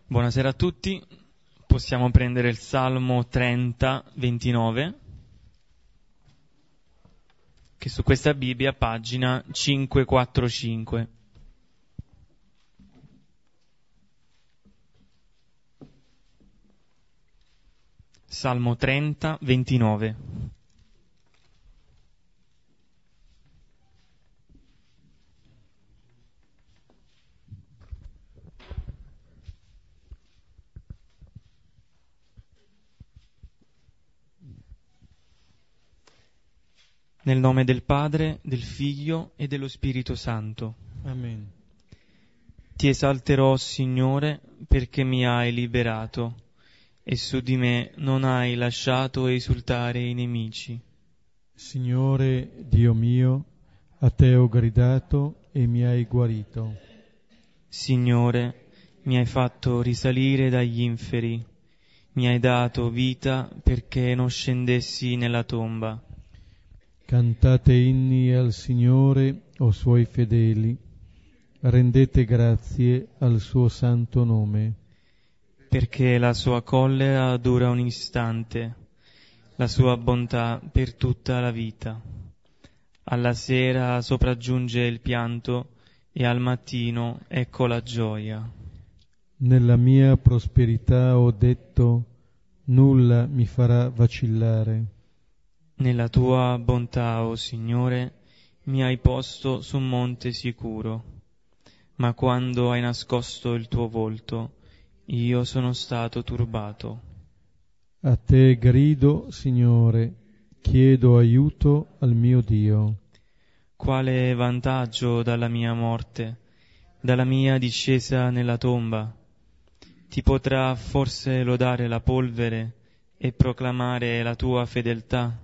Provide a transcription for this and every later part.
Buonasera a tutti, possiamo prendere il Salmo 30, 29, che su questa Bibbia pagina 545. Salmo 30, 29. Nel nome del Padre, del Figlio e dello Spirito Santo. Amen. Ti esalterò, Signore, perché mi hai liberato, e su di me non hai lasciato esultare i nemici. Signore Dio mio, a te ho gridato e mi hai guarito. Signore, mi hai fatto risalire dagli inferi, mi hai dato vita perché non scendessi nella tomba. Cantate inni al Signore, o suoi fedeli, rendete grazie al suo santo nome. Perché la sua collera dura un istante, la sua bontà per tutta la vita. Alla sera sopraggiunge il pianto e al mattino ecco la gioia. Nella mia prosperità ho detto, nulla mi farà vacillare. Nella tua bontà, o Signore, mi hai posto su un monte sicuro, ma quando hai nascosto il tuo volto, io sono stato turbato. A te grido, Signore, chiedo aiuto al mio Dio. Quale vantaggio dalla mia morte, dalla mia discesa nella tomba? Ti potrà forse lodare la polvere e proclamare la tua fedeltà?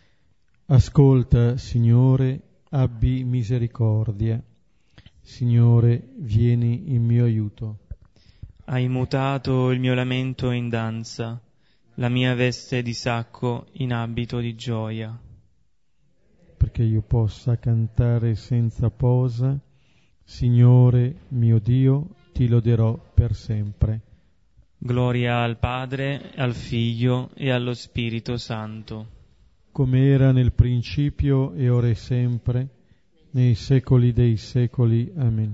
Ascolta, Signore, abbi misericordia. Signore, vieni in mio aiuto. Hai mutato il mio lamento in danza, la mia veste di sacco in abito di gioia. Perché io possa cantare senza posa, Signore mio Dio, ti loderò per sempre. Gloria al Padre, al Figlio e allo Spirito Santo. Come era nel principio e ora e sempre, nei secoli dei secoli. Amen.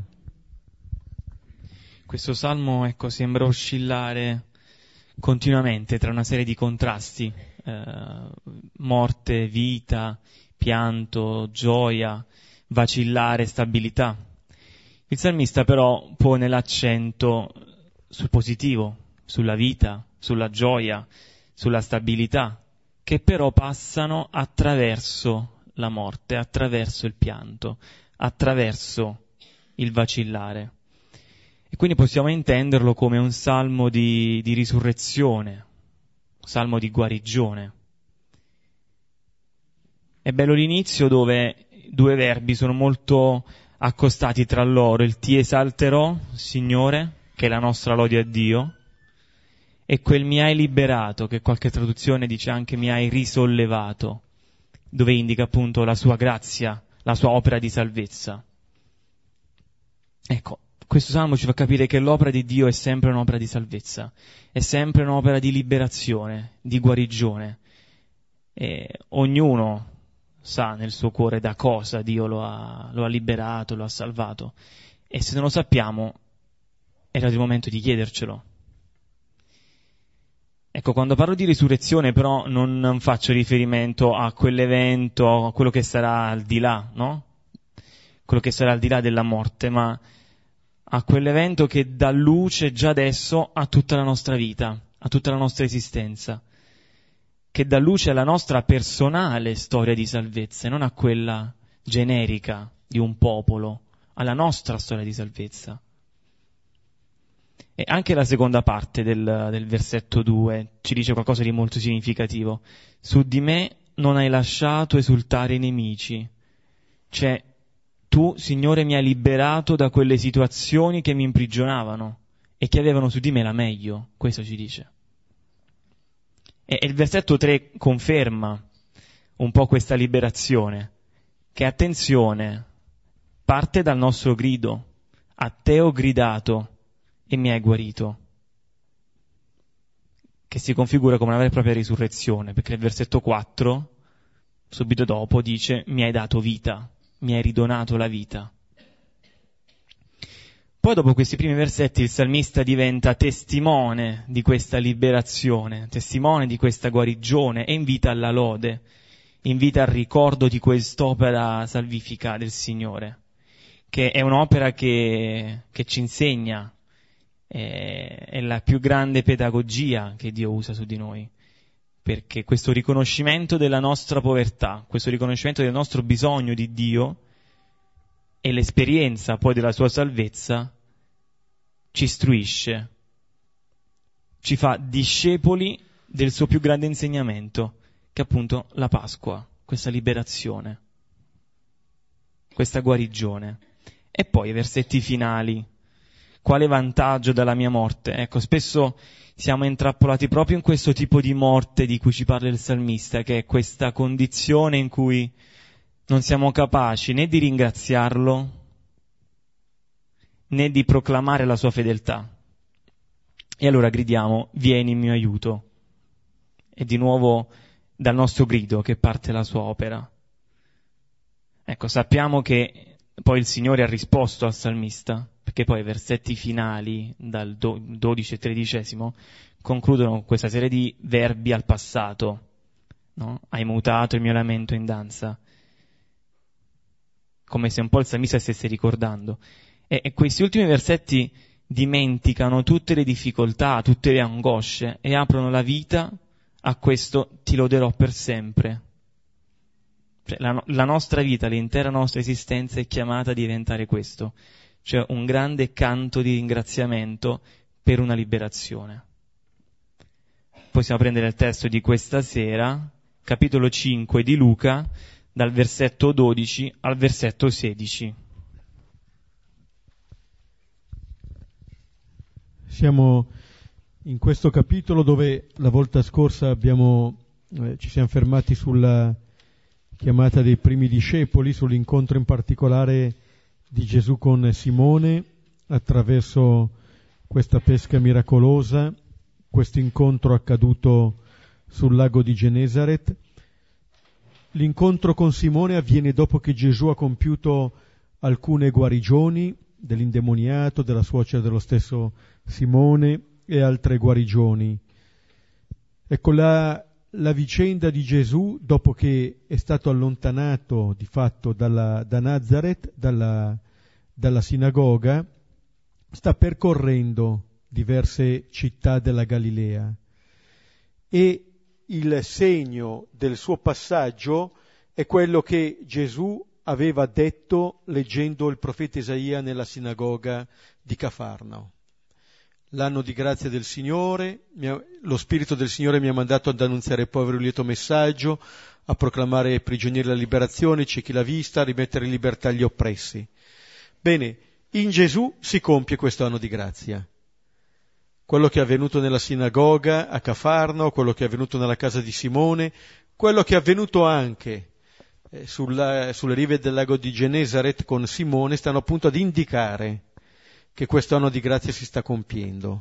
Questo salmo, sembra oscillare continuamente tra una serie di contrasti, morte, vita, pianto, gioia, vacillare, stabilità. Il salmista però pone l'accento sul positivo, sulla vita, sulla gioia, sulla stabilità, che però passano attraverso la morte, attraverso il pianto, attraverso il vacillare. E quindi possiamo intenderlo come un salmo di risurrezione, un salmo di guarigione. È bello l'inizio dove due verbi sono molto accostati tra loro, il ti esalterò, Signore, che è la nostra lode a Dio, e quel mi hai liberato, che qualche traduzione dice anche mi hai risollevato, dove indica appunto la sua grazia, la sua opera di salvezza. Ecco, questo salmo ci fa capire che l'opera di Dio è sempre un'opera di salvezza, è sempre un'opera di liberazione, di guarigione. E ognuno sa nel suo cuore da cosa Dio lo ha liberato, lo ha salvato. E se non lo sappiamo, è arrivato il momento di chiedercelo. Ecco, quando parlo di risurrezione però non faccio riferimento a quell'evento, a quello che sarà al di là, no? Quello che sarà al di là della morte, ma a quell'evento che dà luce già adesso a tutta la nostra vita, a tutta la nostra esistenza, che dà luce alla nostra personale storia di salvezza e non a quella generica di un popolo, alla nostra storia di salvezza. E anche la seconda parte del versetto 2 ci dice qualcosa di molto significativo. Su di me non hai lasciato esultare i nemici. Cioè, tu, Signore, mi hai liberato da quelle situazioni che mi imprigionavano e che avevano su di me la meglio. Questo ci dice. E il versetto 3 conferma un po' questa liberazione, che attenzione, parte dal nostro grido. A te ho gridato e mi hai guarito. che si configura come una vera e propria risurrezione, perché il versetto 4, subito dopo, dice: mi hai dato vita, mi hai ridonato la vita. Poi dopo questi primi versetti il salmista diventa testimone di questa liberazione, testimone di questa guarigione e invita alla lode, invita al ricordo di quest'opera salvifica del Signore, che è un'opera che ci insegna, è la più grande pedagogia che Dio usa su di noi, perché questo riconoscimento della nostra povertà, questo riconoscimento del nostro bisogno di Dio e l'esperienza poi della sua salvezza ci istruisce, ci fa discepoli del suo più grande insegnamento, che è appunto la Pasqua, questa liberazione, questa guarigione. E poi i versetti finali: quale vantaggio dalla mia morte? Ecco, spesso siamo intrappolati proprio in questo tipo di morte di cui ci parla il salmista, che è questa condizione in cui non siamo capaci né di ringraziarlo né di proclamare la sua fedeltà. E allora gridiamo: vieni in mio aiuto. E di nuovo dal nostro grido che parte la sua opera. Ecco, sappiamo che poi il Signore ha risposto al salmista, perché poi i versetti finali, dal 12 e 13, concludono questa serie di verbi al passato, no? Hai mutato il mio lamento in danza. Come se un po' il salmista stesse ricordando. E questi ultimi versetti dimenticano tutte le difficoltà, tutte le angosce e aprono la vita a questo ti loderò per sempre. Cioè, la nostra vita, l'intera nostra esistenza è chiamata a diventare questo, cioè un grande canto di ringraziamento per una liberazione. Possiamo prendere il testo di questa sera, capitolo 5 di Luca, dal versetto 12 al versetto 16. Siamo in questo capitolo dove la volta scorsa ci siamo fermati sulla chiamata dei primi discepoli, sull'incontro in particolare di Gesù con Simone attraverso questa pesca miracolosa, questo incontro accaduto sul lago di Genesaret. L'incontro con Simone avviene dopo che Gesù ha compiuto alcune guarigioni dell'indemoniato, della suocera dello stesso Simone e altre guarigioni. Ecco la vicenda di Gesù, dopo che è stato allontanato di fatto da Nazaret, dalla sinagoga, sta percorrendo diverse città della Galilea e il segno del suo passaggio è quello che Gesù aveva detto leggendo il profeta Isaia nella sinagoga di Cafarnao. L'anno di grazia del Signore, lo Spirito del Signore mi ha mandato ad annunziare ai poveri un lieto messaggio, a proclamare ai prigionieri la liberazione, ciechi la vista, a rimettere in libertà gli oppressi. Bene, in Gesù si compie questo anno di grazia. Quello che è avvenuto nella sinagoga a Cafarnao, quello che è avvenuto nella casa di Simone, quello che è avvenuto anche sulle rive del lago di Genesaret con Simone, stanno appunto ad indicare che questo anno di grazia si sta compiendo.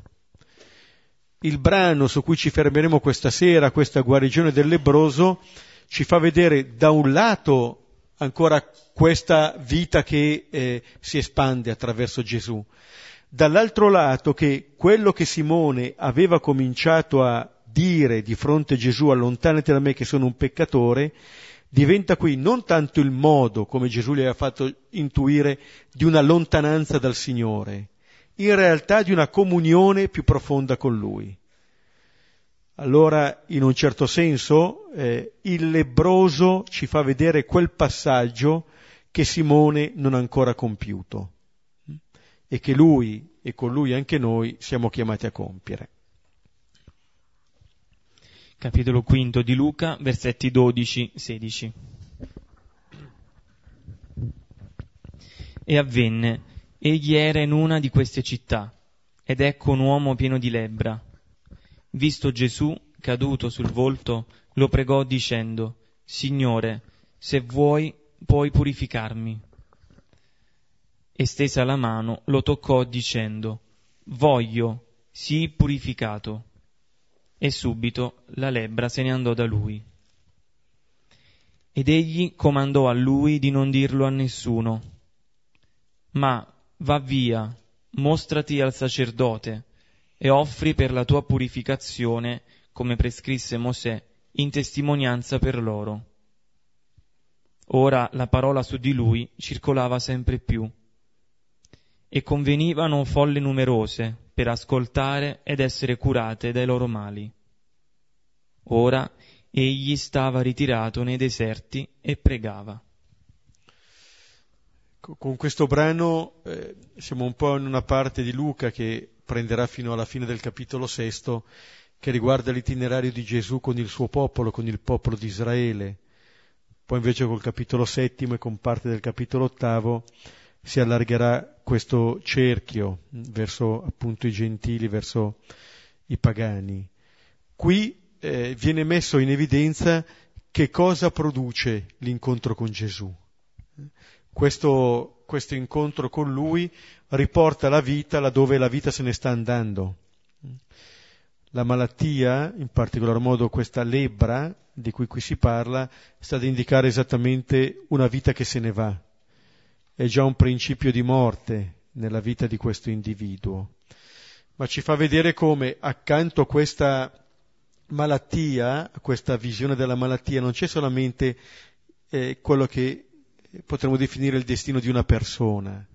Il brano su cui ci fermeremo questa sera, questa guarigione del lebbroso, ci fa vedere da un lato ancora questa vita che si espande attraverso Gesù, dall'altro lato che quello che Simone aveva cominciato a dire di fronte a Gesù, allontanati da me che sono un peccatore, diventa qui non tanto il modo, come Gesù gli aveva fatto intuire, di una lontananza dal Signore, in realtà di una comunione più profonda con Lui. Allora, in un certo senso, il lebbroso ci fa vedere quel passaggio che Simone non ha ancora compiuto e che lui e con lui anche noi siamo chiamati a compiere. Capitolo 5 di Luca, versetti 12-16. E avvenne, egli era in una di queste città, ed ecco un uomo pieno di lebbra. Visto Gesù, caduto sul volto, lo pregò dicendo: Signore, se vuoi, puoi purificarmi. E stesa la mano, lo toccò dicendo: Voglio, sii purificato. e subito la lebbra se ne andò da lui. Ed egli comandò a lui di non dirlo a nessuno, ma va via, mostrati al sacerdote e offri per la tua purificazione, come prescrisse Mosè, in testimonianza per loro. Ora la parola su di lui circolava sempre più, e convenivano folle numerose per ascoltare ed essere curate dai loro mali. Ora egli stava ritirato nei deserti e pregava. Con questo brano siamo un po' in una parte di Luca che prenderà fino alla fine del capitolo 6, che riguarda l'itinerario di Gesù con il suo popolo, con il popolo di Israele. Poi invece col capitolo 7 e con parte del capitolo 8 si allargherà questo cerchio verso appunto i gentili, verso i pagani. Qui viene messo in evidenza che cosa produce l'incontro con Gesù. Questo incontro con Lui riporta la vita laddove la vita se ne sta andando. La malattia, in particolar modo questa lebbra di cui qui si parla, sta ad indicare esattamente una vita che se ne va. È già un principio di morte nella vita di questo individuo. Ma ci fa vedere come accanto a questa malattia, a questa visione della malattia, non c'è solamente quello che potremmo definire il destino di una persona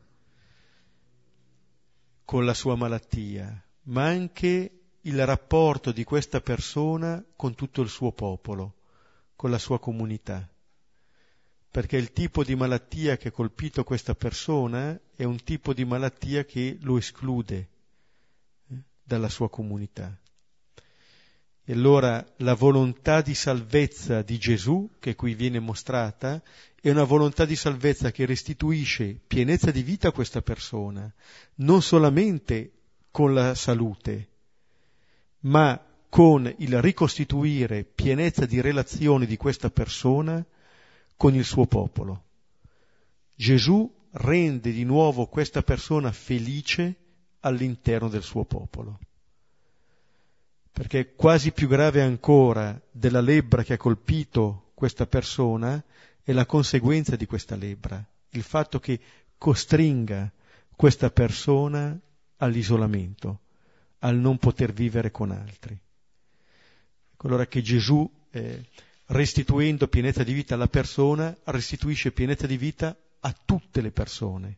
con la sua malattia, ma anche il rapporto di questa persona con tutto il suo popolo, con la sua comunità. Perché il tipo di malattia che ha colpito questa persona è un tipo di malattia che lo esclude dalla sua comunità. E allora la volontà di salvezza di Gesù, che qui viene mostrata, è una volontà di salvezza che restituisce pienezza di vita a questa persona, non solamente con la salute, ma con il ricostituire pienezza di relazioni di questa persona con il suo popolo. Gesù rende di nuovo questa persona felice all'interno del suo popolo. Perché quasi più grave ancora della lebbra che ha colpito questa persona è la conseguenza di questa lebbra, il fatto che costringa questa persona all'isolamento, al non poter vivere con altri. Allora che Gesù, restituendo pienezza di vita alla persona, restituisce pienezza di vita a tutte le persone.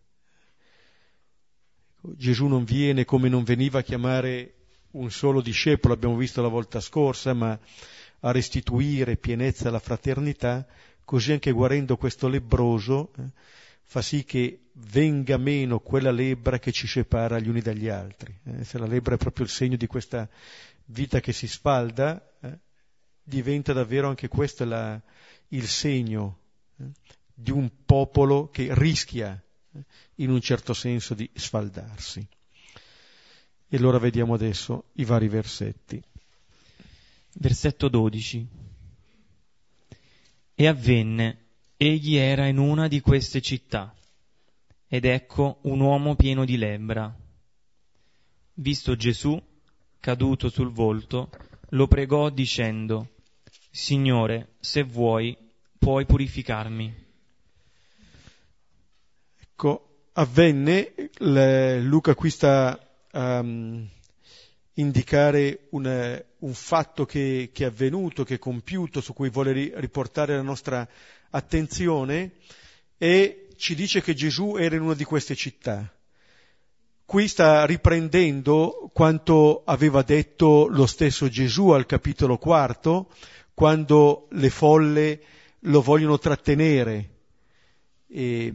Gesù non viene come non veniva a chiamare un solo discepolo, abbiamo visto la volta scorsa, ma a restituire pienezza alla fraternità, così anche guarendo questo lebbroso fa sì che venga meno quella lebbra che ci separa gli uni dagli altri. Se la lebbra è proprio il segno di questa vita che si sfalda, diventa davvero anche questo il segno di un popolo che rischia in un certo senso di sfaldarsi. E allora vediamo adesso i vari versetti. Versetto 12. E avvenne, egli era in una di queste città, ed ecco un uomo pieno di lebbra. Visto Gesù, caduto sul volto, lo pregò dicendo: Signore, se vuoi, puoi purificarmi. Ecco, avvenne, Luca qui sta indicare un fatto che è avvenuto, che è compiuto, su cui vuole riportare la nostra attenzione, e ci dice che Gesù era in una di queste città. Qui sta riprendendo quanto aveva detto lo stesso Gesù al capitolo 4, quando le folle lo vogliono trattenere. E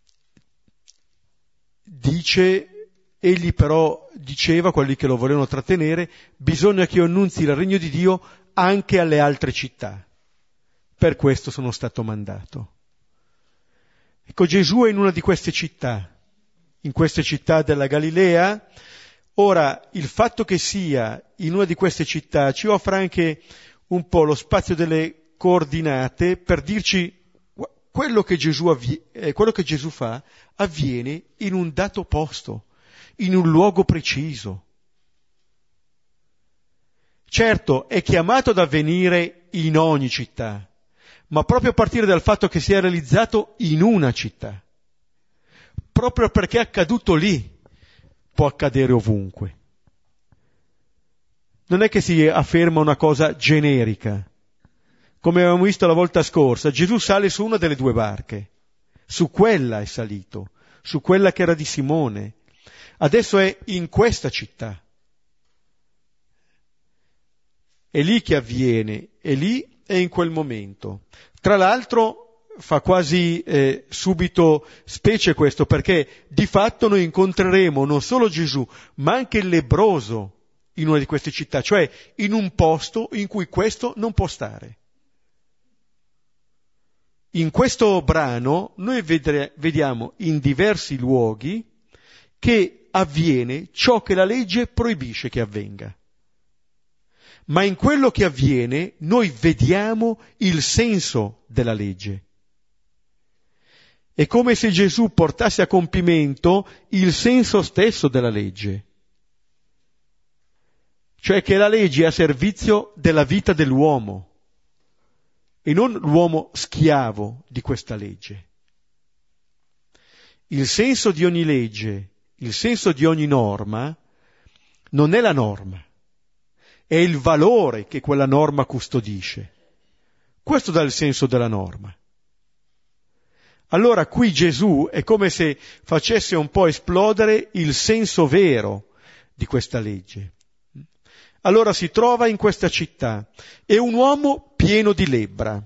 egli però diceva, quelli che lo volevano trattenere: bisogna che io annunzi il regno di Dio anche alle altre città. Per questo sono stato mandato. Ecco, Gesù è in una di queste città, in queste città della Galilea. Ora, il fatto che sia in una di queste città ci offre anche un po' lo spazio delle coordinate per dirci quello che Gesù fa avviene in un dato posto, in un luogo preciso. Certo, è chiamato ad avvenire in ogni città, ma proprio a partire dal fatto che sia realizzato in una città. Proprio perché è accaduto lì, può accadere ovunque. Non è che si afferma una cosa generica. Come avevamo visto la volta scorsa, Gesù sale su una delle due barche. Su quella è salito, su quella che era di Simone. Adesso è in questa città. È lì che avviene, è lì e in quel momento. Tra l'altro fa quasi subito specie questo, perché di fatto noi incontreremo non solo Gesù, ma anche il lebbroso in una di queste città, cioè in un posto in cui questo non può stare. In questo brano noi vediamo in diversi luoghi che avviene ciò che la legge proibisce che avvenga. Ma in quello che avviene noi vediamo il senso della legge. È come se Gesù portasse a compimento il senso stesso della legge. Cioè che la legge è a servizio della vita dell'uomo e non l'uomo schiavo di questa legge. Il senso di ogni legge, il senso di ogni norma non è la norma, è il valore che quella norma custodisce. Questo dà il senso della norma. Allora qui Gesù è come se facesse un po' esplodere il senso vero di questa legge. Allora si trova in questa città, è un uomo pieno di lebbra.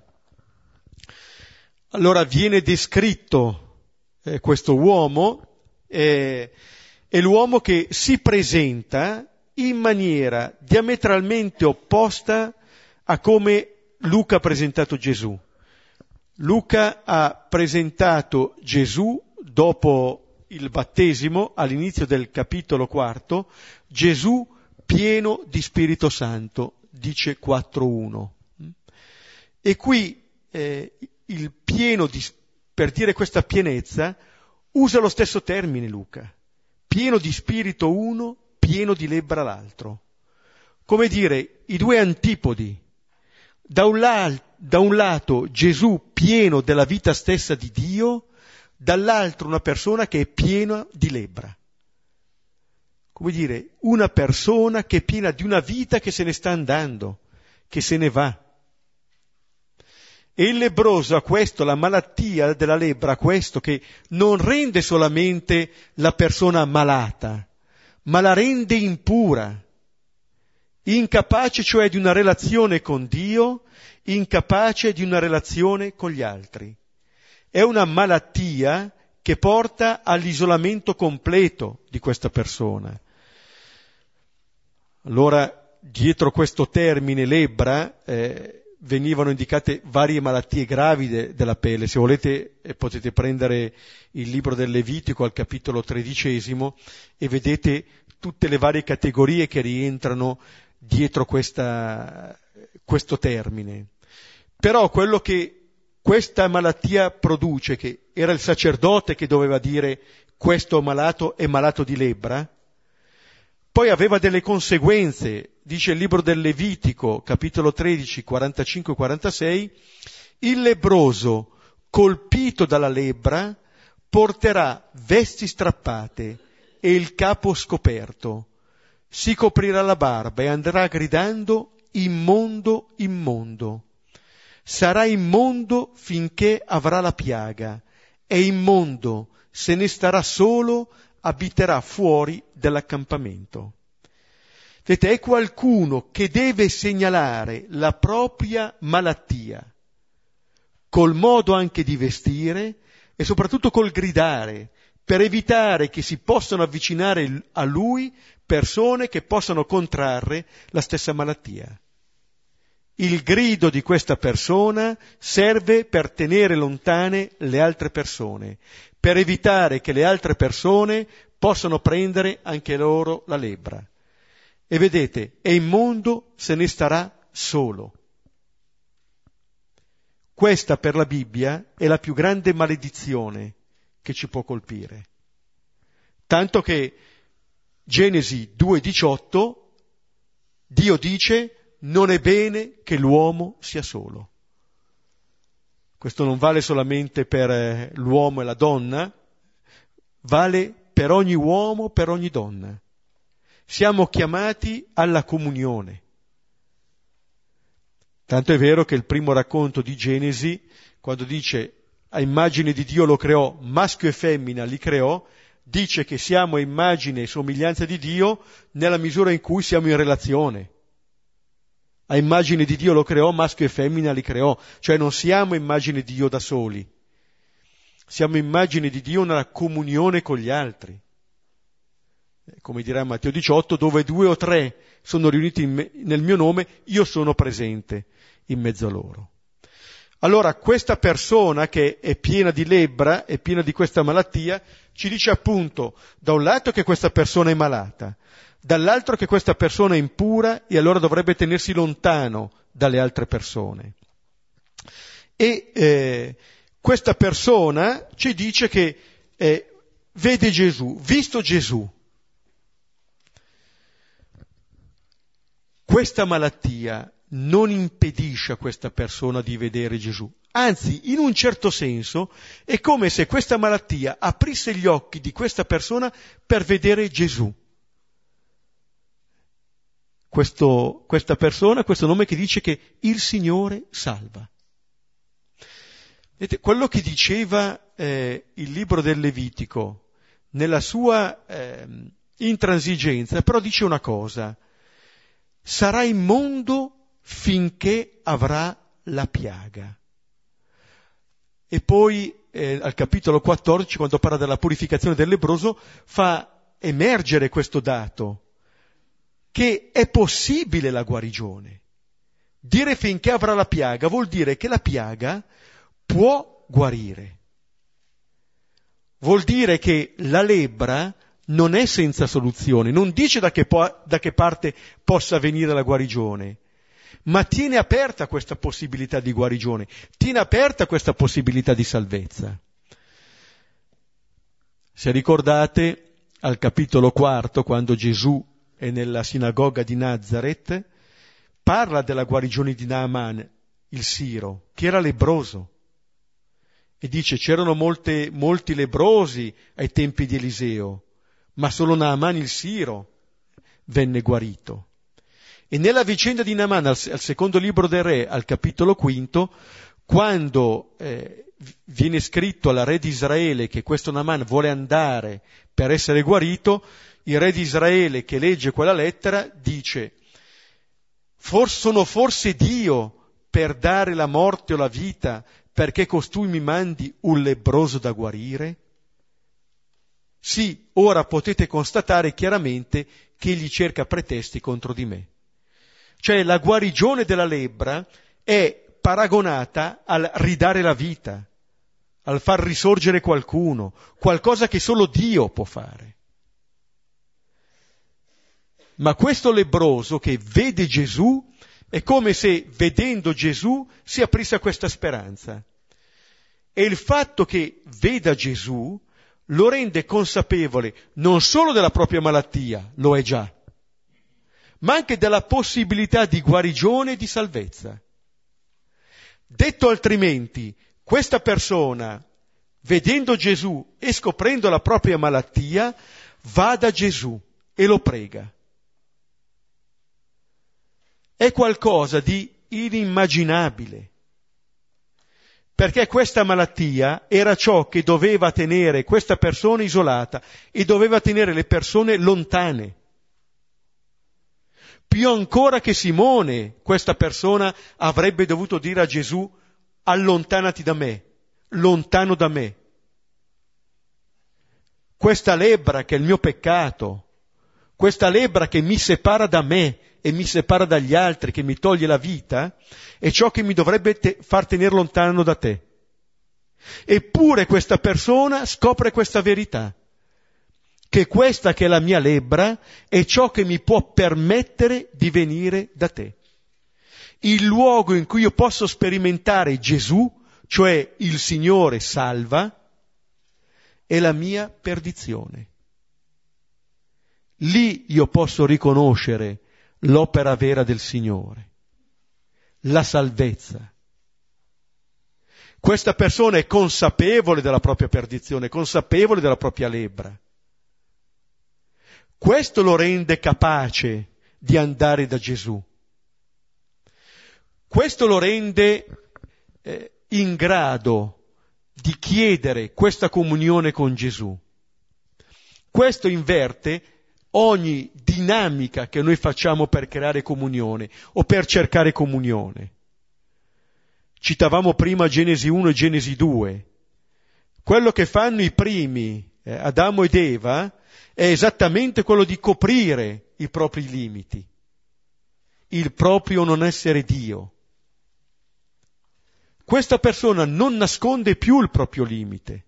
Allora viene descritto questo uomo, è l'uomo che si presenta in maniera diametralmente opposta a come Luca ha presentato Gesù. Luca ha presentato Gesù dopo il battesimo, all'inizio del capitolo 4, Gesù pieno di Spirito Santo, dice 4.1. E qui il pieno, per dire questa pienezza, usa lo stesso termine Luca. Pieno di Spirito uno, pieno di lebbra l'altro. Come dire, i due antipodi. Da un lato Gesù pieno della vita stessa di Dio, dall'altro una persona che è piena di lebbra. Come dire, una persona che è piena di una vita che se ne sta andando, che se ne va. E il lebbroso ha questo, la malattia della lebbra ha questo, che non rende solamente la persona malata, ma la rende impura, incapace cioè di una relazione con Dio, incapace di una relazione con gli altri. È una malattia che porta all'isolamento completo di questa persona. Allora, dietro questo termine lebbra venivano indicate varie malattie gravi della pelle. Se volete potete prendere il libro del Levitico al capitolo 13 e vedete tutte le varie categorie che rientrano dietro questo termine. Però quello che questa malattia produce, che era il sacerdote che doveva dire questo malato è malato di lebbra, poi aveva delle conseguenze. Dice il libro del Levitico, capitolo 13, 45-46, il lebbroso colpito dalla lebbra porterà vesti strappate e il capo scoperto, si coprirà la barba e andrà gridando immondo, immondo. Sarà immondo finché avrà la piaga, e immondo, se ne starà solo, abiterà fuori dell'accampamento. Vedete, è qualcuno che deve segnalare la propria malattia, col modo anche di vestire e soprattutto col gridare, per evitare che si possano avvicinare a lui persone che possano contrarre la stessa malattia. Il grido di questa persona serve per tenere lontane le altre persone, per evitare che le altre persone possano prendere anche loro la lebbra. E vedete, è immondo, se ne starà solo. Questa per la Bibbia è la più grande maledizione che ci può colpire. Tanto che Genesi 2,18 Dio dice: non è bene che l'uomo sia solo. Questo non vale solamente per l'uomo e la donna, vale per ogni uomo, per ogni donna. Siamo chiamati alla comunione. Tanto è vero che il primo racconto di Genesi, quando dice a immagine di Dio lo creò, maschio e femmina li creò, dice che siamo a immagine e somiglianza di Dio nella misura in cui siamo in relazione. A immagine di Dio lo creò, maschio e femmina li creò, cioè non siamo immagine di Dio da soli, siamo immagine di Dio nella comunione con gli altri. Come dirà Matteo 18, dove 2 o 3 sono riuniti nel mio nome, io sono presente in mezzo a loro. Allora questa persona che è piena di lebbra, è piena di questa malattia, ci dice appunto da un lato che questa persona è malata, dall'altro che questa persona è impura e allora dovrebbe tenersi lontano dalle altre persone. E questa persona ci dice che vede Gesù, visto Gesù. Questa malattia non impedisce a questa persona di vedere Gesù. Anzi, in un certo senso, è come se questa malattia aprisse gli occhi di questa persona per vedere Gesù. Questa persona, questo nome che dice che il Signore salva. Vedete, quello che diceva il libro del Levitico, nella sua intransigenza, però dice una cosa: sarà immondo finché avrà la piaga. E poi al capitolo 14, quando parla della purificazione del lebbroso, fa emergere questo dato, che è possibile la guarigione. Dire finché avrà la piaga vuol dire che la piaga può guarire. Vuol dire che la lebbra non è senza soluzione, non dice da che parte possa venire la guarigione, ma tiene aperta questa possibilità di guarigione, tiene aperta questa possibilità di salvezza. Se ricordate, al capitolo 4, quando Gesù è nella sinagoga di Nazareth, parla della guarigione di Naaman, il siro, che era lebbroso. E dice, c'erano molti lebbrosi ai tempi di Eliseo, ma solo Naaman il siro venne guarito. E nella vicenda di Naaman, al secondo libro del Re, al capitolo 5, quando viene scritto al re di Israele che questo Naaman vuole andare per essere guarito, il re di Israele che legge quella lettera dice: sono forse Dio per dare la morte o la vita, perché costui mi mandi un lebbroso da guarire? Sì, ora potete constatare chiaramente che egli cerca pretesti contro di me. Cioè la guarigione della lebbra è paragonata al ridare la vita, al far risorgere qualcuno, qualcosa che solo Dio può fare. Ma questo lebbroso che vede Gesù è come se, vedendo Gesù, si aprisse a questa speranza. E il fatto che veda Gesù lo rende consapevole non solo della propria malattia, lo è già, ma anche della possibilità di guarigione e di salvezza. Detto altrimenti, questa persona, vedendo Gesù e scoprendo la propria malattia, va da Gesù e lo prega. È qualcosa di inimmaginabile, perché questa malattia era ciò che doveva tenere questa persona isolata e doveva tenere le persone lontane. Più ancora che Simone, questa persona avrebbe dovuto dire a Gesù: allontanati da me, lontano da me. Questa lebbra che è il mio peccato, questa lebbra che mi separa da me e mi separa dagli altri, che mi toglie la vita, è ciò che mi dovrebbe far tenere lontano da te. Eppure questa persona scopre questa verità, che questa che è la mia lebbra è ciò che mi può permettere di venire da te. Il luogo in cui io posso sperimentare Gesù, cioè il Signore salva, è la mia perdizione. Lì io posso riconoscere l'opera vera del Signore. la salvezza. Questa persona è consapevole della propria perdizione, consapevole della propria lebbra. Questo lo rende capace di andare da Gesù. Questo lo rende in grado di chiedere questa comunione con Gesù. Questo inverte ogni dinamica che noi facciamo per creare comunione o per cercare comunione. Citavamo prima Genesi 1 e Genesi 2. Quello che fanno i primi, Adamo ed Eva, è esattamente quello di coprire i propri limiti, il proprio non essere Dio. Questa persona non nasconde più il proprio limite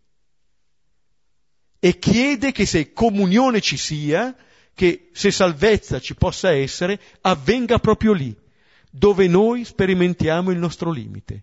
e chiede che se comunione ci sia, che se salvezza ci possa essere, avvenga proprio lì, dove noi sperimentiamo il nostro limite.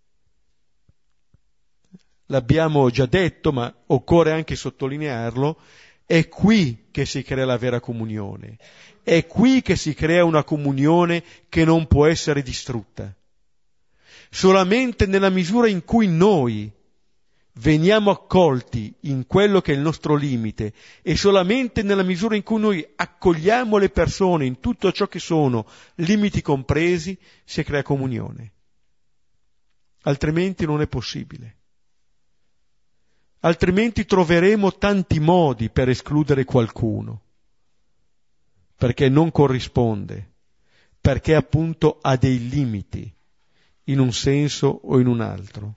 L'abbiamo già detto, ma occorre anche sottolinearlo, è qui che si crea la vera comunione, è qui che si crea una comunione che non può essere distrutta. Solamente nella misura in cui noi veniamo accolti in quello che è il nostro limite e solamente nella misura in cui noi accogliamo le persone in tutto ciò che sono limiti compresi, si crea comunione. Altrimenti non è possibile. Altrimenti troveremo tanti modi per escludere qualcuno, perché non corrisponde, perché appunto ha dei limiti, in un senso o in un altro.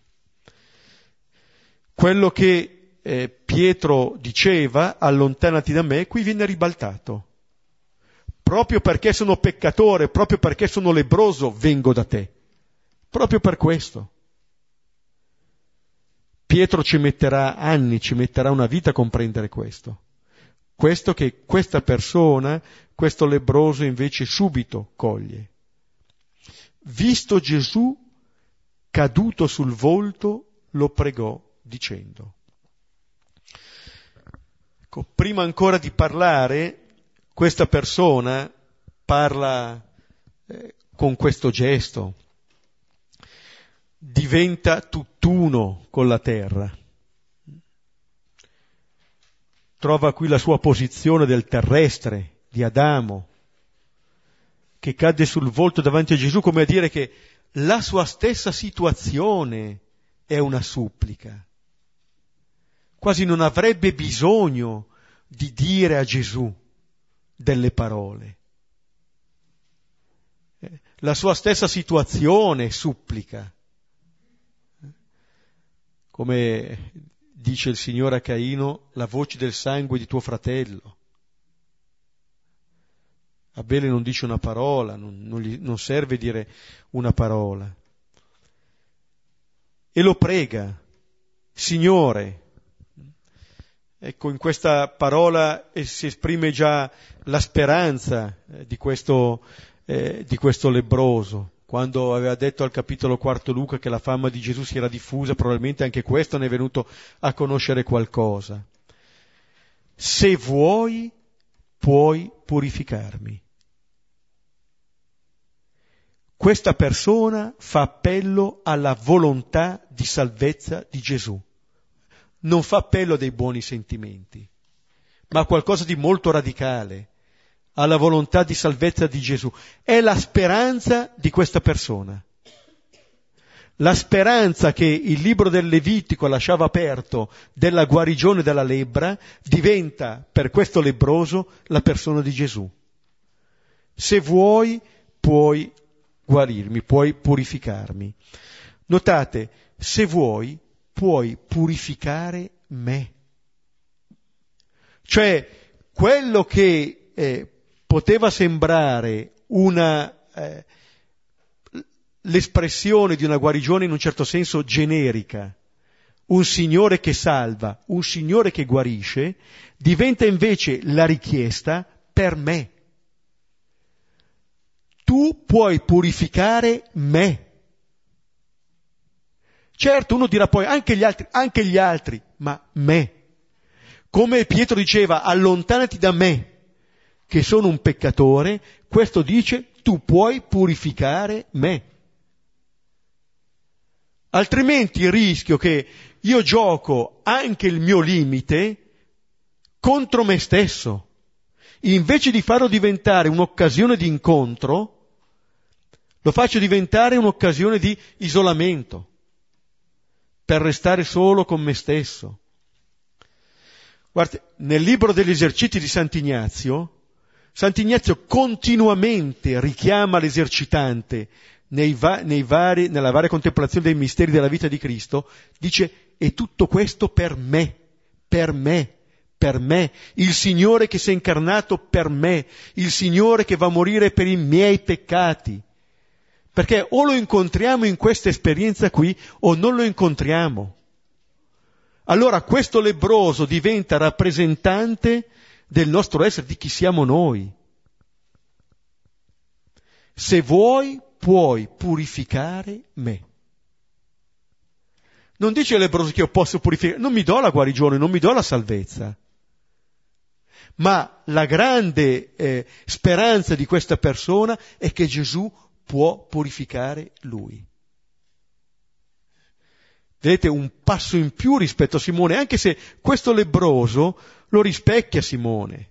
Quello che Pietro diceva, allontanati da me, qui viene ribaltato. Proprio perché sono peccatore, proprio perché sono lebbroso, vengo da te. Proprio per questo. Pietro ci metterà anni, ci metterà una vita a comprendere questo. Questo che questa persona, questo lebbroso invece subito coglie. Visto Gesù, caduto sul volto, lo pregò dicendo. Ecco, prima ancora di parlare, questa persona parla con questo gesto, diventa tutt'uno con la terra. Trova qui la sua posizione del terrestre, di Adamo, che cadde sul volto davanti a Gesù, come a dire che la sua stessa situazione è una supplica. Quasi non avrebbe bisogno di dire a Gesù delle parole. La sua stessa situazione supplica. Come dice il Signore a Caino, la voce del sangue di tuo fratello. Abele non dice una parola, non serve dire una parola. E lo prega, Signore. Ecco, in questa parola si esprime già la speranza di questo lebbroso. Quando aveva detto al capitolo 4 Luca che la fama di Gesù si era diffusa, probabilmente anche questo ne è venuto a conoscere qualcosa. Se vuoi, puoi purificarmi. Questa persona fa appello alla volontà di salvezza di Gesù. Non fa appello a dei buoni sentimenti, ma a qualcosa di molto radicale, alla volontà di salvezza di Gesù. È la speranza di questa persona. La speranza che il libro del Levitico lasciava aperto della guarigione della lebbra diventa per questo lebbroso la persona di Gesù. Se vuoi, puoi guarirmi, puoi purificarmi. Notate, se vuoi, puoi purificare me. Cioè, quello che poteva sembrare l'espressione di una guarigione in un certo senso generica, un Signore che salva, un Signore che guarisce, diventa invece la richiesta per me. Tu puoi purificare me. Certo, uno dirà poi anche gli altri, ma me. Come Pietro diceva, allontanati da me, che sono un peccatore, questo dice, tu puoi purificare me. Altrimenti rischio che io gioco anche il mio limite contro me stesso. Invece di farlo diventare un'occasione di incontro, lo faccio diventare un'occasione di isolamento, per restare solo con me stesso. Guardate, nel libro degli esercizi di Sant'Ignazio continuamente richiama l'esercitante nella varia contemplazione dei misteri della vita di Cristo, dice: e tutto questo per me, il Signore che si è incarnato per me, il Signore che va a morire per i miei peccati. Perché o lo incontriamo in questa esperienza qui o non lo incontriamo. Allora questo lebbroso diventa rappresentante del nostro essere, di chi siamo noi. Se vuoi, puoi purificare me. Non dice il lebbroso che io posso purificare, non mi do la guarigione, non mi do la salvezza. Ma la grande speranza di questa persona è che Gesù può purificare lui. Vedete, un passo in più rispetto a Simone, anche se questo lebbroso lo rispecchia Simone.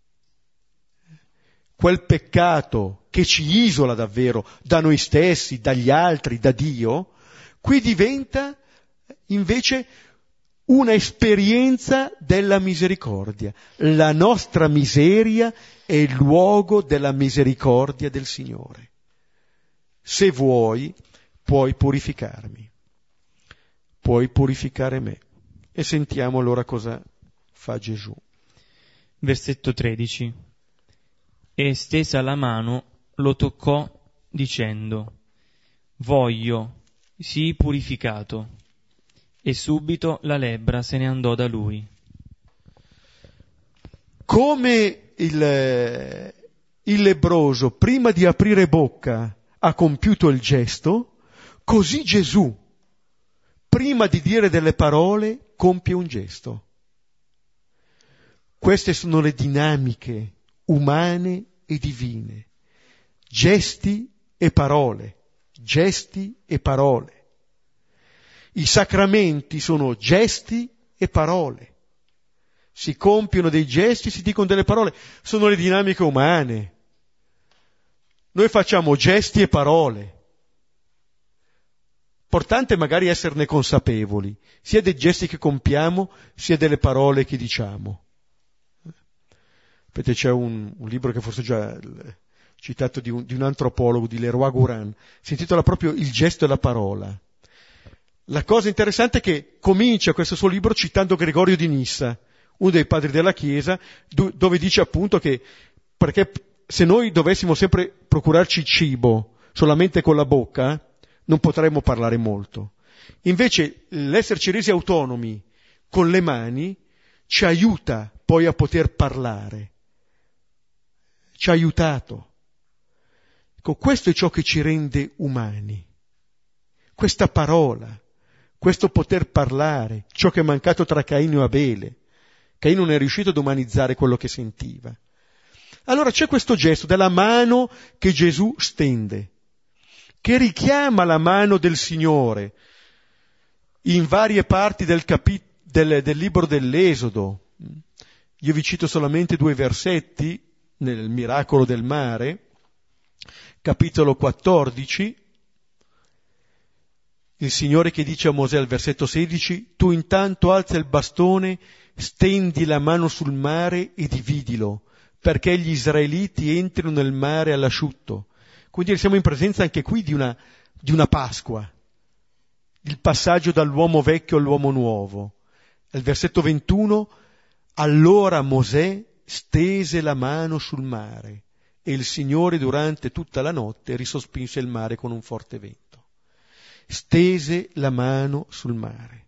Quel peccato che ci isola davvero da noi stessi, dagli altri, da Dio, qui diventa invece una esperienza della misericordia. La nostra miseria è il luogo della misericordia del Signore. Se vuoi, puoi purificarmi, puoi purificare me. E sentiamo allora cosa fa Gesù. Versetto 13. E stesa la mano lo toccò dicendo: voglio, sii purificato. E subito la lebbra se ne andò da lui. Come il lebbroso prima di aprire bocca ha compiuto il gesto, così Gesù prima di dire delle parole compie un gesto. Queste sono le dinamiche umane e divine, gesti e parole, gesti e parole. I sacramenti sono gesti e parole. Si compiono dei gesti, si dicono delle parole. Sono le dinamiche umane. Noi facciamo gesti e parole. Importante magari esserne consapevoli, sia dei gesti che compiamo, sia delle parole che diciamo. Vedete, c'è un libro che forse già citato di un antropologo, di Leroi-Gourhan, si intitola proprio Il gesto e la parola. La cosa interessante è che comincia questo suo libro citando Gregorio di Nissa, uno dei padri della Chiesa, dove dice appunto che perché se noi dovessimo sempre procurarci cibo solamente con la bocca, non potremmo parlare molto. Invece l'esserci resi autonomi con le mani ci aiuta poi a poter parlare. Ci ha aiutato. Ecco, questo è ciò che ci rende umani. Questa parola, questo poter parlare, ciò che è mancato tra Caino e Abele. Caino non è riuscito ad umanizzare quello che sentiva. Allora c'è questo gesto della mano che Gesù stende, che richiama la mano del Signore in varie parti del libro dell'Esodo. Io vi cito solamente 2 versetti nel miracolo del mare, capitolo 14, il Signore che dice a Mosè al versetto 16: tu intanto alza il bastone, stendi la mano sul mare e dividilo, perché gli israeliti entrino nel mare all'asciutto. Quindi siamo in presenza anche qui di una Pasqua, il passaggio dall'uomo vecchio all'uomo nuovo. Al versetto 21, allora Mosè stese la mano sul mare e il Signore durante tutta la notte risospinse il mare con un forte vento. Stese la mano sul mare.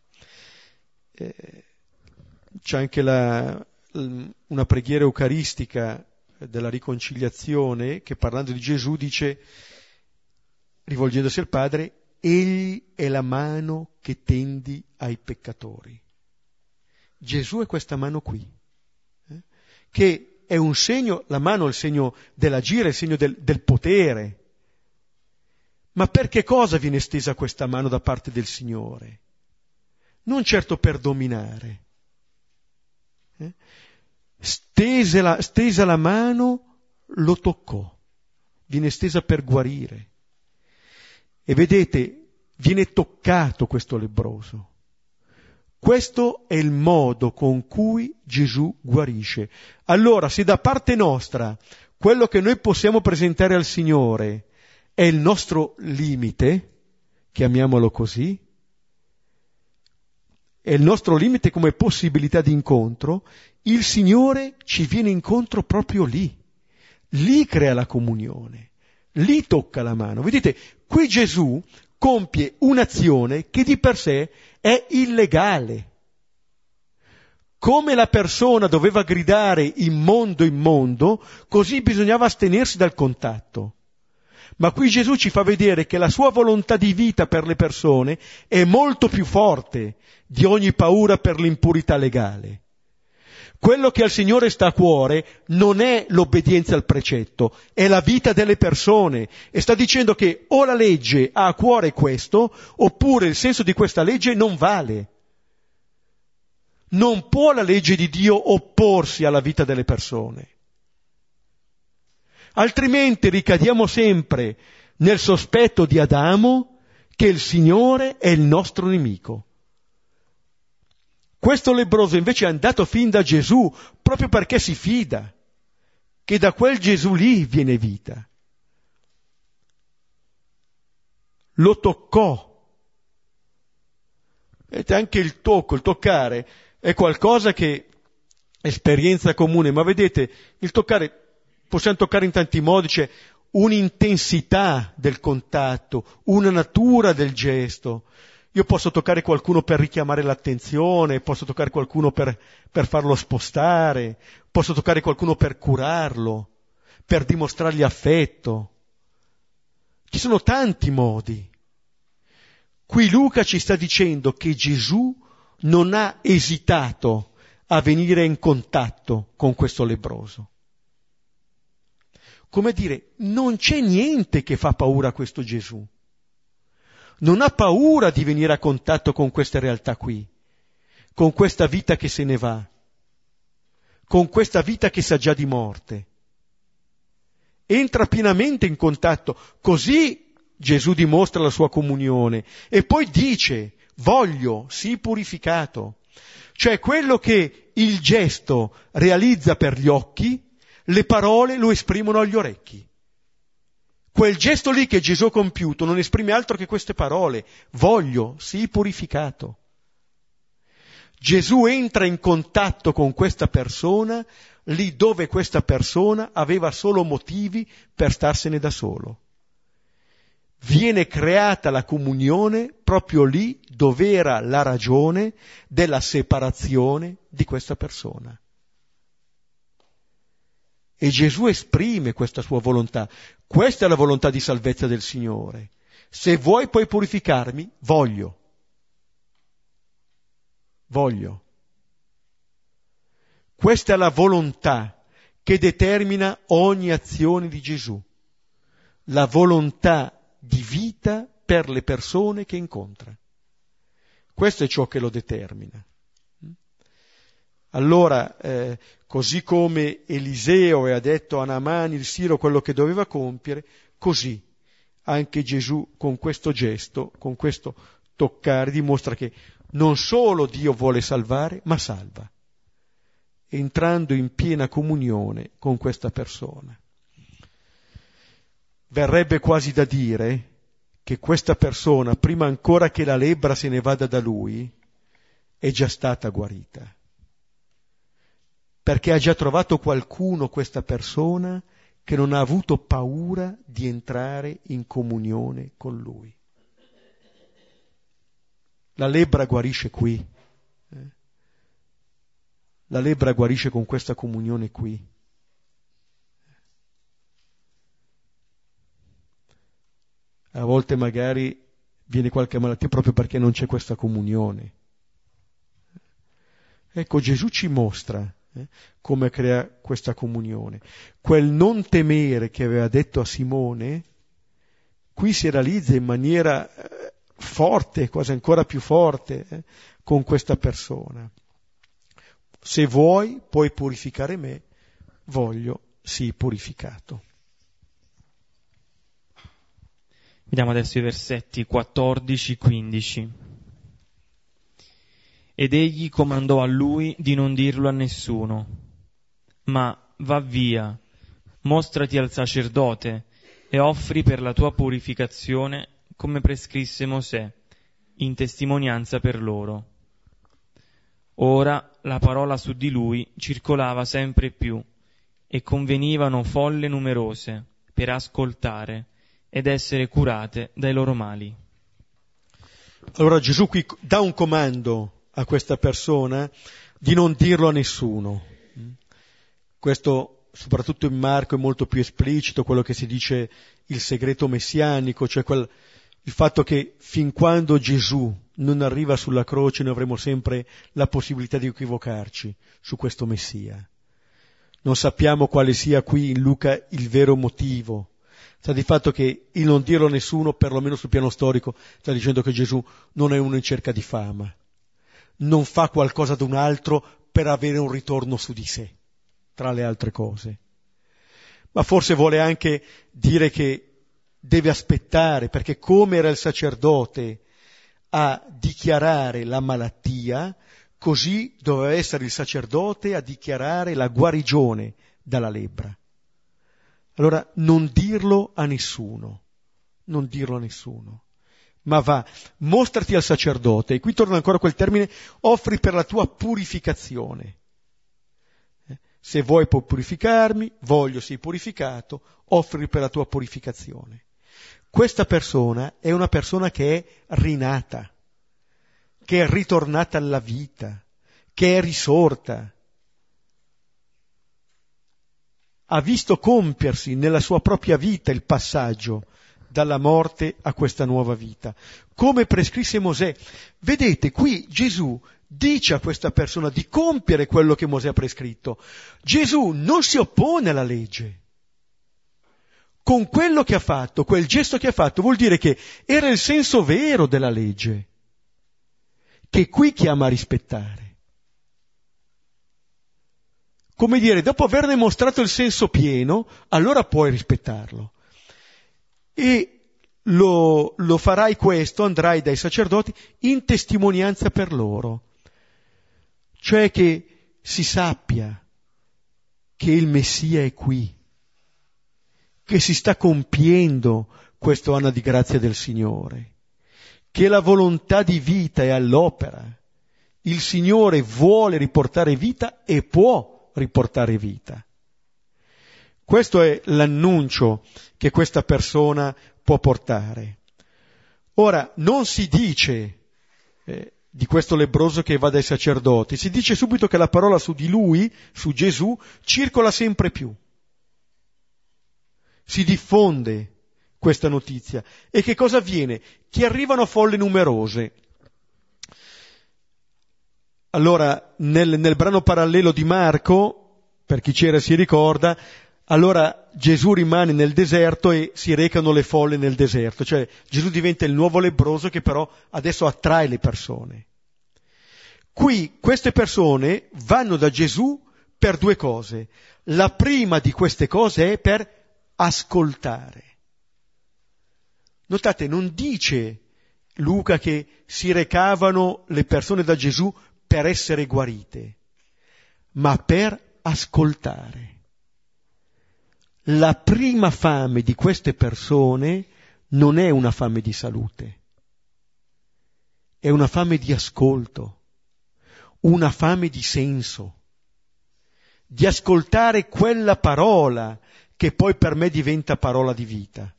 C'è anche una preghiera eucaristica della riconciliazione che, parlando di Gesù, dice, rivolgendosi al Padre: egli è la mano che tendi ai peccatori. Gesù è questa mano qui, che è un segno, la mano è il segno dell'agire, è il segno del potere, Ma per che cosa viene stesa questa mano da parte del Signore? Non certo per dominare. Stesa la mano, lo toccò. Viene stesa per guarire. E vedete, viene toccato questo lebbroso. Questo è il modo con cui Gesù guarisce. Allora, se da parte nostra quello che noi possiamo presentare al Signore è il nostro limite, chiamiamolo così, è il nostro limite come possibilità di incontro, il Signore ci viene incontro proprio lì. Lì crea la comunione, lì tocca la mano. Vedete, qui Gesù compie un'azione che di per sé è illegale. Come la persona doveva gridare immondo, così bisognava astenersi dal contatto. Ma qui Gesù ci fa vedere che la sua volontà di vita per le persone è molto più forte di ogni paura per l'impurità legale. Quello che al Signore sta a cuore non è l'obbedienza al precetto, è la vita delle persone. E sta dicendo che o la legge ha a cuore questo, oppure il senso di questa legge non vale. Non può la legge di Dio opporsi alla vita delle persone. Altrimenti ricadiamo sempre nel sospetto di Adamo che il Signore è il nostro nemico. Questo lebbroso invece è andato fin da Gesù proprio perché si fida che da quel Gesù lì viene vita. Lo toccò. Vedete, anche il toccare è qualcosa che è esperienza comune, ma vedete, il toccare possiamo toccare in tanti modi, c'è un'intensità del contatto, una natura del gesto. Io posso toccare qualcuno per richiamare l'attenzione, posso toccare qualcuno per farlo spostare, posso toccare qualcuno per curarlo, per dimostrargli affetto. Ci sono tanti modi. Qui Luca ci sta dicendo che Gesù non ha esitato a venire in contatto con questo lebbroso. Come dire, non c'è niente che fa paura a questo Gesù. Non ha paura di venire a contatto con queste realtà qui, con questa vita che se ne va, con questa vita che sa già di morte. Entra pienamente in contatto, così Gesù dimostra la sua comunione e poi dice, voglio, sii purificato. Cioè quello che il gesto realizza per gli occhi, le parole lo esprimono agli orecchi. Quel gesto lì che Gesù ha compiuto non esprime altro che queste parole. Voglio, sii purificato. Gesù entra in contatto con questa persona lì dove questa persona aveva solo motivi per starsene da solo. Viene creata la comunione proprio lì dove era la ragione della separazione di questa persona. E Gesù esprime questa sua volontà. Questa è la volontà di salvezza del Signore. Se vuoi puoi purificarmi, voglio. Voglio. Questa è la volontà che determina ogni azione di Gesù. La volontà di vita per le persone che incontra. Questo è ciò che lo determina. Allora, così come Eliseo ha detto a Naamani il Siro quello che doveva compiere, così anche Gesù con questo gesto, con questo toccare, dimostra che non solo Dio vuole salvare, ma salva, entrando in piena comunione con questa persona. Verrebbe quasi da dire che questa persona, prima ancora che la lebbra se ne vada da lui, è già stata guarita. Perché ha già trovato qualcuno, questa persona, che non ha avuto paura di entrare in comunione con lui. La lebbra guarisce qui. La lebbra guarisce con questa comunione qui. A volte magari viene qualche malattia proprio perché non c'è questa comunione. Ecco, Gesù ci mostra come crea questa comunione. Quel non temere che aveva detto a Simone, qui si realizza in maniera forte, quasi ancora più forte, con questa persona. Se vuoi, puoi purificare me, voglio, sii purificato. Vediamo adesso i versetti 14-15. Ed egli comandò a lui di non dirlo a nessuno, ma va via, mostrati al sacerdote e offri per la tua purificazione come prescrisse Mosè, in testimonianza per loro. Ora la parola su di lui circolava sempre più e convenivano folle numerose per ascoltare ed essere curate dai loro mali. Allora Gesù qui dà un comando a questa persona di non dirlo a nessuno. Questo, soprattutto in Marco, è molto più esplicito, quello che si dice il segreto messianico, cioè il fatto che fin quando Gesù non arriva sulla croce noi avremo sempre la possibilità di equivocarci su questo Messia. Non sappiamo quale sia qui in Luca il vero motivo. Sta di fatto che il non dirlo a nessuno, perlomeno sul piano storico, sta dicendo che Gesù non è uno in cerca di fama. Non fa qualcosa ad un altro per avere un ritorno su di sé, tra le altre cose. Ma forse vuole anche dire che deve aspettare, perché come era il sacerdote a dichiarare la malattia, così doveva essere il sacerdote a dichiarare la guarigione dalla lebbra. Allora non dirlo a nessuno, ma va, mostrati al sacerdote, e qui torna ancora quel termine, offri per la tua purificazione. Se vuoi puoi purificarmi, voglio sei purificato, offri per la tua purificazione. Questa persona è una persona che è rinata, che è ritornata alla vita, che è risorta. Ha visto compiersi nella sua propria vita il passaggio dalla morte a questa nuova vita, come prescrisse Mosè. Vedete, qui Gesù dice a questa persona di compiere quello che Mosè ha prescritto. Gesù non si oppone alla legge. Con quello che ha fatto, quel gesto che ha fatto, vuol dire che era il senso vero della legge, che qui chiama a rispettare. Come dire, dopo averne mostrato il senso pieno, allora puoi rispettarlo. E lo farai questo, andrai dai sacerdoti in testimonianza per loro. Cioè che si sappia che il Messia è qui, che si sta compiendo questo anno di grazia del Signore, che la volontà di vita è all'opera. Il Signore vuole riportare vita e può riportare vita. Questo è l'annuncio che questa persona può portare. Ora, non si dice di questo lebbroso che va dai sacerdoti, si dice subito che la parola su di lui, su Gesù, circola sempre più. Si diffonde questa notizia. E che cosa avviene? Che arrivano folle numerose. Allora, nel brano parallelo di Marco, per chi c'era si ricorda, allora Gesù rimane nel deserto e si recano le folle nel deserto. Cioè Gesù diventa il nuovo lebbroso che però adesso attrae le persone. Qui queste persone vanno da Gesù per due cose. La prima di queste cose è per ascoltare. Notate, non dice Luca che si recavano le persone da Gesù per essere guarite, ma per ascoltare. La prima fame di queste persone non è una fame di salute, è una fame di ascolto, una fame di senso, di ascoltare quella parola che poi per me diventa parola di vita.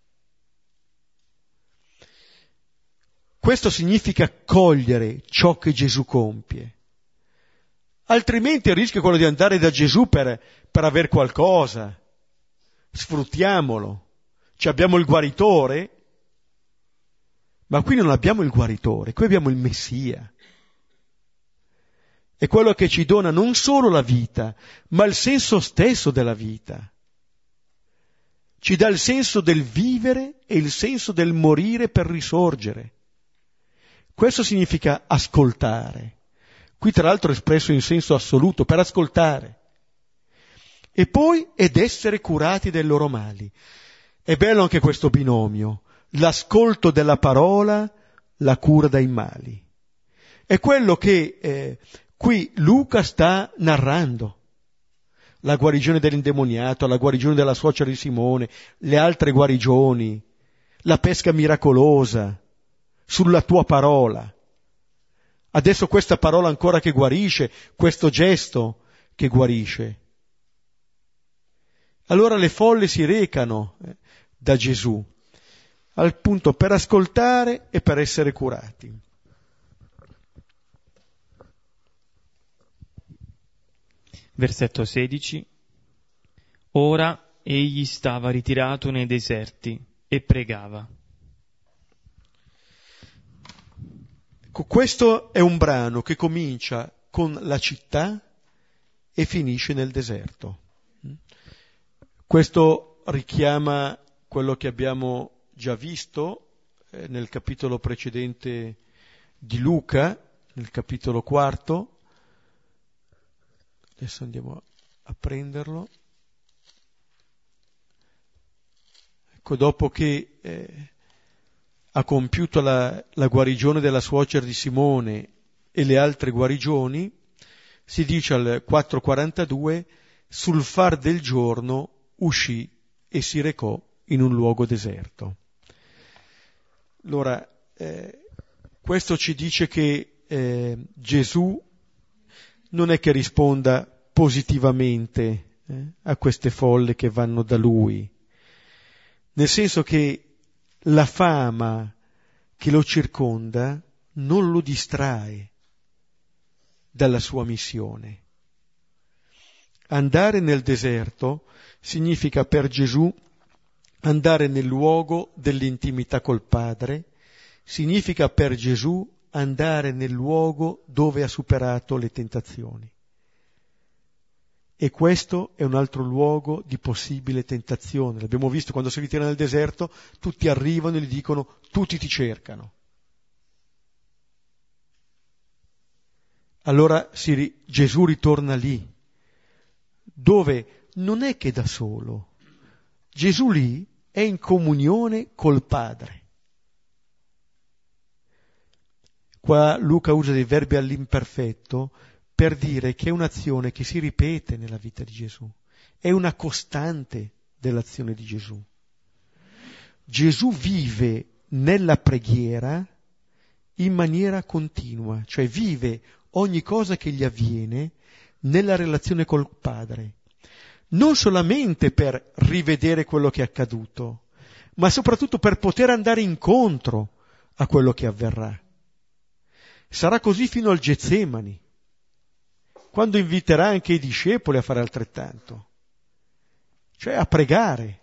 Questo significa cogliere ciò che Gesù compie. Altrimenti il rischio è quello di andare da Gesù per aver qualcosa. Sfruttiamolo. Abbiamo il guaritore, ma qui non abbiamo il guaritore, qui abbiamo il Messia. È quello che ci dona non solo la vita, ma il senso stesso della vita. ci dà il senso del vivere e il senso del morire per risorgere. Questo significa ascoltare. Qui tra l'altro è espresso in senso assoluto, per ascoltare. E poi ed essere curati dai loro mali. È bello anche questo binomio, l'ascolto della parola, la cura dai mali. È quello che qui Luca sta narrando. La guarigione dell'indemoniato, la guarigione della suocera di Simone, le altre guarigioni, la pesca miracolosa, sulla tua parola. Adesso questa parola ancora che guarisce, questo gesto che guarisce. Allora le folle si recano da Gesù, al punto per ascoltare e per essere curati. Versetto 16. Ora egli stava ritirato nei deserti e pregava. Questo è un brano che comincia con la città e finisce nel deserto. Questo richiama quello che abbiamo già visto nel capitolo precedente di Luca, nel capitolo 4. Adesso andiamo a prenderlo. Ecco, dopo che ha compiuto la guarigione della suocera di Simone e le altre guarigioni, si dice al 4:42, sul far del giorno uscì e si recò in un luogo deserto. Allora, questo ci dice che Gesù non è che risponda positivamente a queste folle che vanno da lui, nel senso che la fama che lo circonda non lo distrae dalla sua missione. Andare nel deserto significa per Gesù andare nel luogo dell'intimità col Padre, significa per Gesù andare nel luogo dove ha superato le tentazioni. E questo è un altro luogo di possibile tentazione. L'abbiamo visto quando si ritira nel deserto, tutti arrivano e gli dicono: tutti ti cercano. Allora Gesù ritorna lì, dove non è che da solo. Gesù lì è in comunione col Padre. Qua Luca usa dei verbi all'imperfetto per dire che è un'azione che si ripete nella vita di Gesù, è una costante dell'azione di Gesù. Gesù vive nella preghiera in maniera continua, cioè vive ogni cosa che gli avviene nella relazione col Padre, non solamente per rivedere quello che è accaduto, ma soprattutto per poter andare incontro a quello che avverrà. Sarà così fino al Getsemani, quando inviterà anche i discepoli a fare altrettanto, cioè a pregare.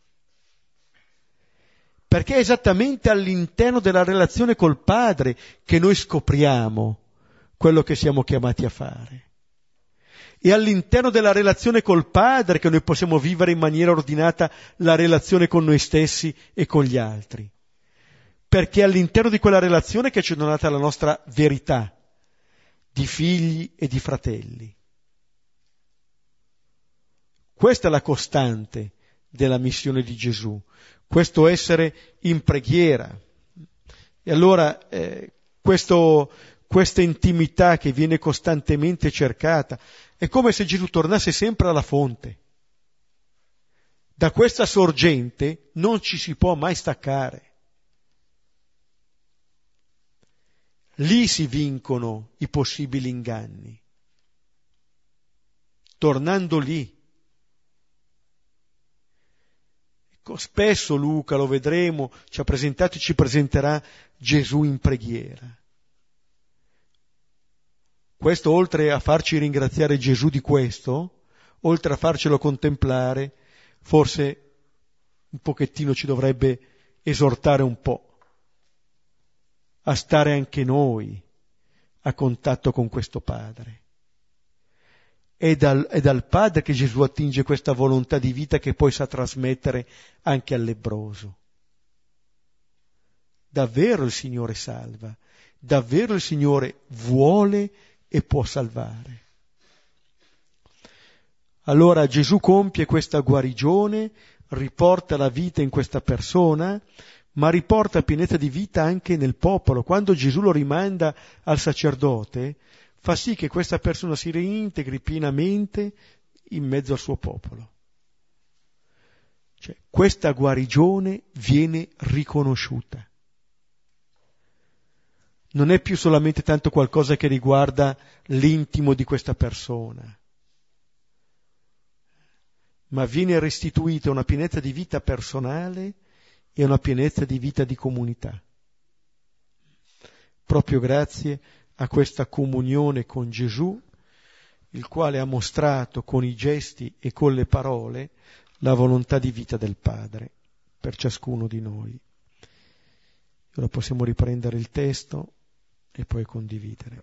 Perché è esattamente all'interno della relazione col Padre che noi scopriamo quello che siamo chiamati a fare. È all'interno della relazione col Padre che noi possiamo vivere in maniera ordinata la relazione con noi stessi e con gli altri. Perché è all'interno di quella relazione che ci è donata la nostra verità di figli e di fratelli. Questa è la costante della missione di Gesù, questo essere in preghiera. E allora questa intimità che viene costantemente cercata è come se Gesù tornasse sempre alla fonte. Da questa sorgente non ci si può mai staccare. Lì si vincono i possibili inganni. Tornando lì. Ecco, spesso Luca, lo vedremo, ci ha presentato e ci presenterà Gesù in preghiera. Questo, oltre a farci ringraziare Gesù di questo, oltre a farcelo contemplare, forse un pochettino ci dovrebbe esortare un po' a stare anche noi a contatto con questo Padre. È dal Padre che Gesù attinge questa volontà di vita che poi sa trasmettere anche al lebbroso. Davvero il Signore salva, davvero il Signore vuole e può salvare. Allora Gesù compie questa guarigione, riporta la vita in questa persona, ma riporta pienezza di vita anche nel popolo. Quando Gesù lo rimanda al sacerdote, fa sì che questa persona si reintegri pienamente in mezzo al suo popolo. Cioè, questa guarigione viene riconosciuta. Non è più solamente tanto qualcosa che riguarda l'intimo di questa persona, ma viene restituita una pienezza di vita personale e una pienezza di vita di comunità. Proprio grazie a questa comunione con Gesù, il quale ha mostrato con i gesti e con le parole la volontà di vita del Padre per ciascuno di noi. Ora possiamo riprendere il testo e poi condividere.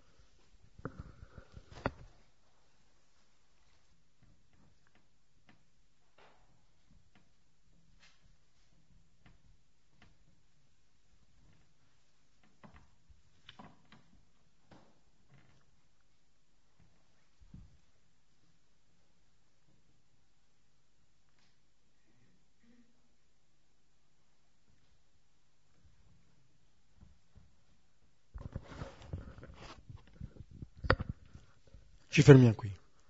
Ci fermiamo qui.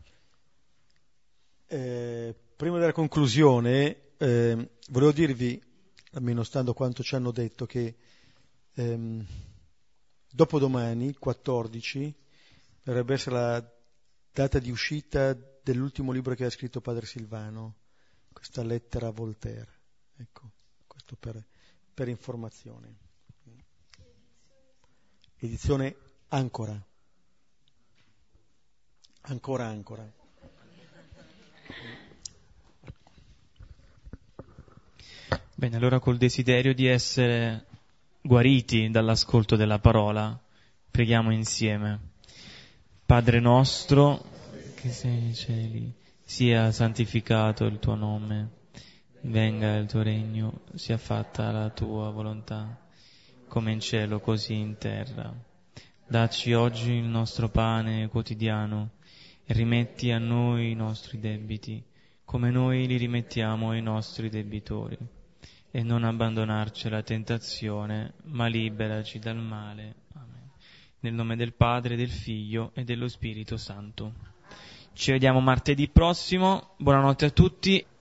Prima della conclusione, volevo dirvi, almeno stando a quanto ci hanno detto, che dopodomani, 14, dovrebbe essere la data di uscita dell'ultimo libro che ha scritto Padre Silvano, questa lettera a Voltaire. Ecco, questo per informazione. Edizione Ancora. Ancora. Bene, allora col desiderio di essere guariti dall'ascolto della parola, preghiamo insieme. Padre nostro, che sei nei cieli, sia santificato il tuo nome, venga il tuo regno, sia fatta la tua volontà, come in cielo così in terra. Dacci oggi il nostro pane quotidiano e rimetti a noi i nostri debiti, come noi li rimettiamo ai nostri debitori. E non abbandonarci alla tentazione, ma liberaci dal male. Amen. Nel nome del Padre, del Figlio e dello Spirito Santo. Ci vediamo martedì prossimo. Buonanotte a tutti.